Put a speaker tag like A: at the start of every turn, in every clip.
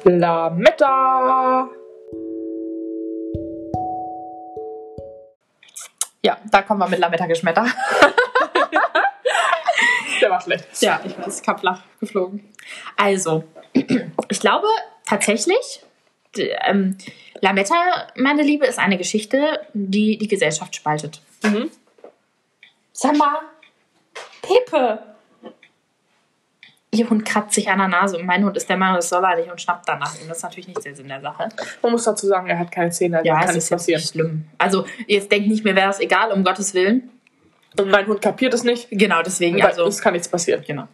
A: Lametta.
B: Ja, da kommen wir mit Lametta-Geschmetter.
A: Der war schlecht.
B: Ja, ich weiß, kaplach geflogen. Also, ich glaube tatsächlich, Lametta, meine Liebe, ist eine Geschichte, die die Gesellschaft spaltet.
A: Mhm.
B: Sag mal, Pepe! Ihr Hund kratzt sich an der Nase und mein Hund ist der Meinung, das soll er nicht und schnappt danach. Und das ist natürlich nicht der Sinn der Sache.
A: Man muss dazu sagen, er hat keine Zähne, also
B: Ja,
A: kann
B: es
A: nichts
B: ist jetzt
A: passieren.
B: nicht schlimm. Also, jetzt denkt nicht, mir wäre das egal, um Gottes Willen.
A: Und mein Hund kapiert es nicht.
B: Genau, deswegen,
A: Weil
B: also.
A: es kann nichts passieren.
B: Genau.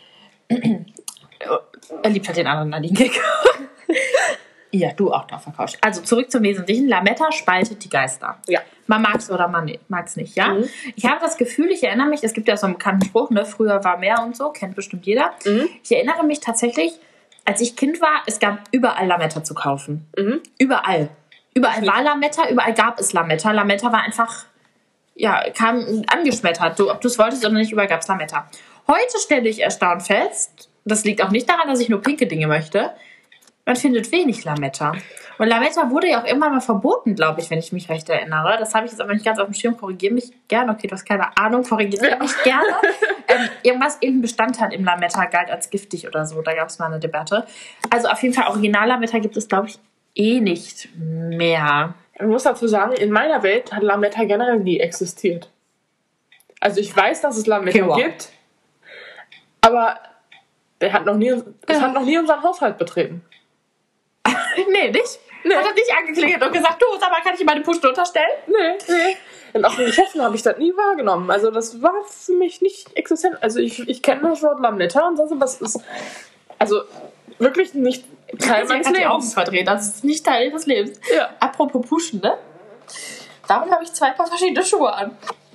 B: Er liebt halt den anderen Nadine-Gag. Ja, du auch drauf verkaufst. Also zurück zum Wesentlichen. Lametta spaltet die Geister.
A: Ja.
B: Man mag es oder man mag es nicht, ja?
A: Mhm.
B: Ich habe das Gefühl, ich erinnere mich, es gibt ja so einen bekannten Spruch, ne? Früher war mehr und so, kennt bestimmt jeder.
A: Mhm.
B: Ich erinnere mich tatsächlich, als ich Kind war, es gab überall Lametta zu kaufen.
A: Mhm.
B: Überall. Überall war Lametta, überall gab es Lametta. Lametta war einfach, ja, kam angeschmettert. Du, ob du es wolltest oder nicht, überall gab es Lametta. Heute stelle ich erstaunt fest, das liegt auch nicht daran, dass ich nur pinke Dinge möchte, man findet wenig Lametta. Und Lametta wurde ja auch irgendwann mal verboten, glaube ich, wenn ich mich recht erinnere. Das habe ich jetzt aber nicht ganz auf dem Schirm. Korrigiere mich gerne. Okay, du hast keine Ahnung. Korrigiere mich gerne. Irgendein Bestandteil im Lametta galt als giftig oder so. Da gab es mal eine Debatte. Also auf jeden Fall, Original-Lametta gibt es, glaube ich, nicht mehr.
A: Ich muss dazu sagen, in meiner Welt hat Lametta generell nie existiert. Also ich weiß, dass es Lametta
B: Okay, wow.
A: gibt, aber es hat noch nie unseren Haushalt betreten.
B: Nee, nicht?
A: Nee.
B: Hat er nicht angeklingelt und gesagt, du, sag mal, kann ich dir meine Puste unterstellen?
A: Nee. Und auch in Geschäften habe ich das nie wahrgenommen. Also das war für mich nicht existent. Also ich kenne das Wort Lametta und sonst, was ist also wirklich nicht Teil meines
B: Die Augen
A: Lebens.
B: verdreht. Das ist nicht Teil des Lebens.
A: Ja.
B: Apropos Puschen, ne? Darum habe ich 2 Paar verschiedene Schuhe an.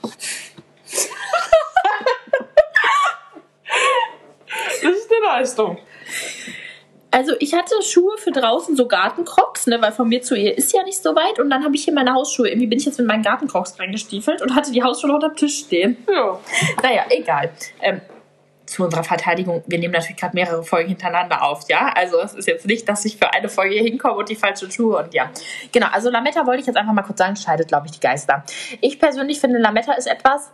A: Das ist eine Leistung.
B: Also ich hatte Schuhe für draußen, so Gartencrocs, ne, weil von mir zu ihr ist ja nicht so weit. Und dann habe ich hier meine Hausschuhe. Irgendwie bin ich jetzt mit meinen Gartencrocs reingestiefelt und hatte die Hausschuhe unter dem Tisch stehen.
A: Ja.
B: Naja, egal. Zu unserer Verteidigung, wir nehmen natürlich gerade mehrere Folgen hintereinander auf, ja? Also es ist jetzt nicht, dass ich für eine Folge hier hinkomme und die falschen Schuhe und ja. Genau, also Lametta wollte ich jetzt einfach mal kurz sagen, scheidet, glaube ich, die Geister. Ich persönlich finde, Lametta ist etwas...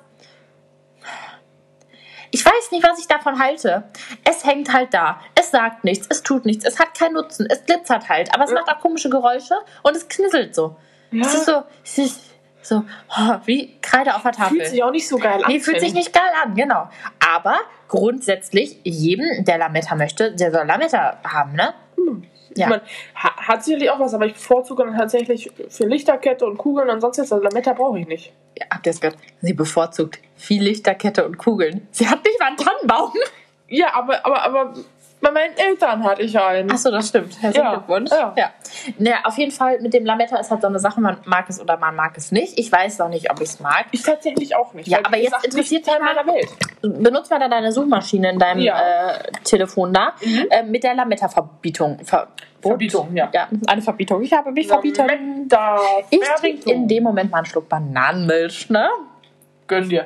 B: Ich weiß nicht, was ich davon halte. Es hängt halt da. Es sagt nichts, es tut nichts, es hat keinen Nutzen, es glitzert halt, aber es macht auch komische Geräusche und es knisselt so.
A: Ja.
B: Es ist so wie Kreide auf der Tafel.
A: Fühlt sich auch nicht so geil an.
B: Nee, fühlt sich nicht geil an, genau. Aber grundsätzlich, jedem, der Lametta möchte, der soll Lametta haben, ne? Ja.
A: Man hat sicherlich auch was, aber ich bevorzuge dann tatsächlich für Lichterkette und Kugeln, ansonsten ist das Lametta brauche ich nicht.
B: Ja, habt ihr es gehört? Sie bevorzugt viel Lichterkette und Kugeln. Sie hat nicht mal einen Tannenbaum.
A: Ja, aber bei meinen Eltern hatte ich einen.
B: Achso, das stimmt. Herzlichen
A: Ja,
B: Glückwunsch.
A: ja.
B: Ja. Naja, auf jeden Fall mit dem Lametta ist halt so eine Sache, man mag es oder man mag es nicht. Ich weiß noch nicht, ob ich es mag.
A: Ich tatsächlich auch nicht.
B: Ja,
A: weil,
B: aber
A: wie
B: jetzt
A: gesagt,
B: interessiert
A: nicht Teil
B: mich mal-
A: meiner Welt.
B: Benutzt mal da deine Suchmaschine in deinem
A: Ja.
B: Telefon da mit der Lametta-Verbietung.
A: Verbietung, ja.
B: Ja, eine Verbietung. Ich habe mich verbieten.
A: Lametta.
B: Ich trinke in dem Moment mal einen Schluck Bananenmilch, ne?
A: Gönn dir.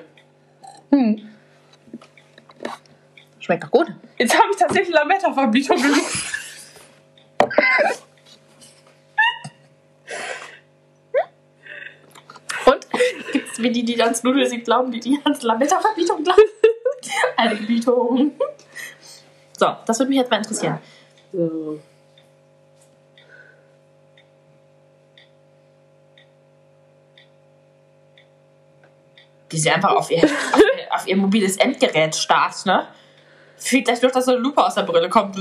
B: Schmeckt doch gut.
A: Jetzt habe ich tatsächlich Lametta-Verbietung gesucht.
B: Und? Gibt es wie die ans Nudelsieb glauben, die ans Lametta-Verbietung glauben? Eine Gebietung. So, das würde mich jetzt mal interessieren.
A: So.
B: Die sie einfach auf ihr mobiles Endgerät starrt, ne? Vielleicht durch, dass so eine Lupe aus der Brille kommt.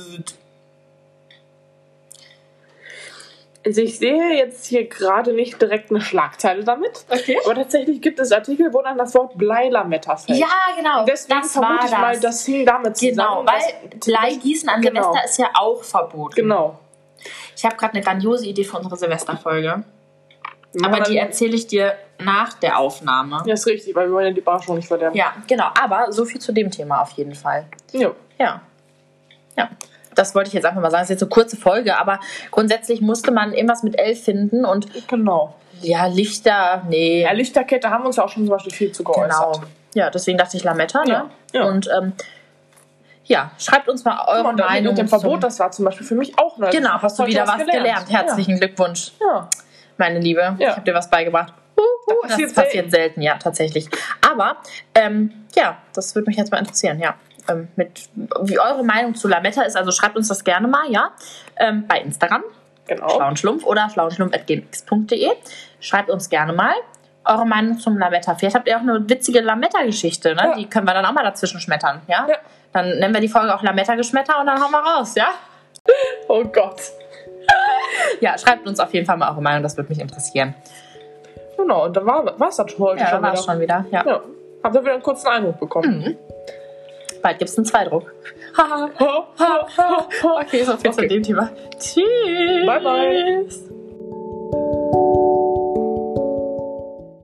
A: Also ich sehe jetzt hier gerade nicht direkt eine Schlagzeile damit.
B: Okay.
A: Aber tatsächlich gibt es Artikel, wo dann das Wort Bleilametta fällt.
B: Ja, genau.
A: Und deswegen
B: das
A: vermute
B: war
A: ich mal, das hing damit zusammen.
B: Genau, weil Bleigießen an
A: Genau.
B: Silvester ist ja auch verboten.
A: Genau.
B: Ich habe gerade eine grandiose Idee für unsere Silvesterfolge. Aber
A: Ja,
B: die
A: dann-
B: erzähle ich dir nach der Aufnahme.
A: Ja, ist richtig, weil wir wollen ja die Bar schon nicht verderben.
B: Ja, genau. Aber so viel zu dem Thema auf jeden Fall.
A: Ja.
B: Ja. Ja. Das wollte ich jetzt einfach mal sagen. Das ist jetzt eine kurze Folge, aber grundsätzlich musste man irgendwas mit L finden und
A: Genau.
B: ja, Lichter, nee.
A: Ja, Lichterkette haben wir uns ja auch schon zum Beispiel viel zu geäußert.
B: Genau. Ja, deswegen dachte ich Lametta, ne?
A: Ja, ja.
B: Und Ja, schreibt uns mal eure
A: Und
B: Meinung
A: mit dem Verbot, das war zum Beispiel für mich auch neu.
B: Genau, hast du wieder was gelernt. Herzlichen Glückwunsch, meine Liebe.
A: Ja.
B: Ich habe dir was beigebracht. Das passiert selten, ja, tatsächlich. Aber, ja, das würde mich jetzt mal interessieren, ja. Wie eure Meinung zu Lametta ist, also schreibt uns das gerne mal, ja. Bei Instagram, Schlauenschlumpf oder schlauenschlumpf@gmx.de. Schreibt uns gerne mal eure Meinung zum Lametta. Vielleicht habt ihr auch eine witzige Lametta-Geschichte, ne? Ja. Die können wir dann auch mal dazwischen schmettern, ja? Dann nennen wir die Folge auch Lametta-Geschmetter und dann hauen wir raus, ja?
A: Oh Gott.
B: Ja, schreibt uns auf jeden Fall mal eure Meinung, das würde mich interessieren.
A: Genau, und dann war es das heute
B: schon wieder. Schon wieder, ja.
A: Habt ihr wieder einen kurzen Eindruck bekommen?
B: Mhm. Bald gibt es einen Zweidruck. Okay, so viel zu dem Thema. Tschüss.
A: Bye, bye.